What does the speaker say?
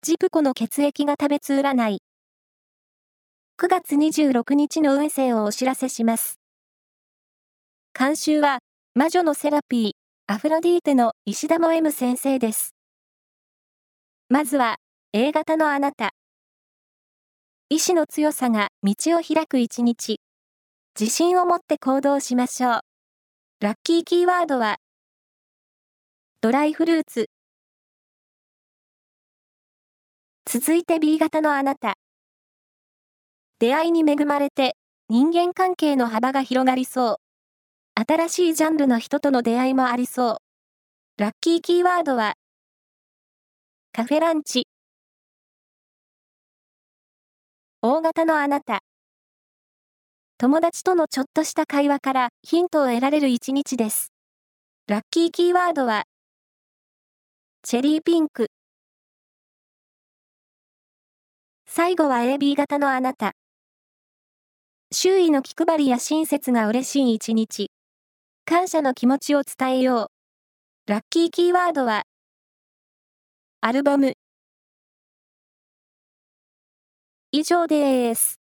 ジプコの血液が食べつ占い。9月26日の運勢をお知らせします。監修は、魔女のセラピー、アフロディーテの石田も M 先生です。まずは、A 型のあなた。意志の強さが道を開く一日。自信を持って行動しましょう。ラッキーキーワードは、ドライフルーツ。続いて B 型のあなた。出会いに恵まれて、人間関係の幅が広がりそう。新しいジャンルの人との出会いもありそう。ラッキーキーワードは、カフェランチ。O 型のあなた。友達とのちょっとした会話からヒントを得られる一日です。ラッキーキーワードは、チェリーピンク。最後は AB 型のあなた。周囲の気配りや親切が嬉しい一日。感謝の気持ちを伝えよう。ラッキーキーワードは、アルバム。以上です。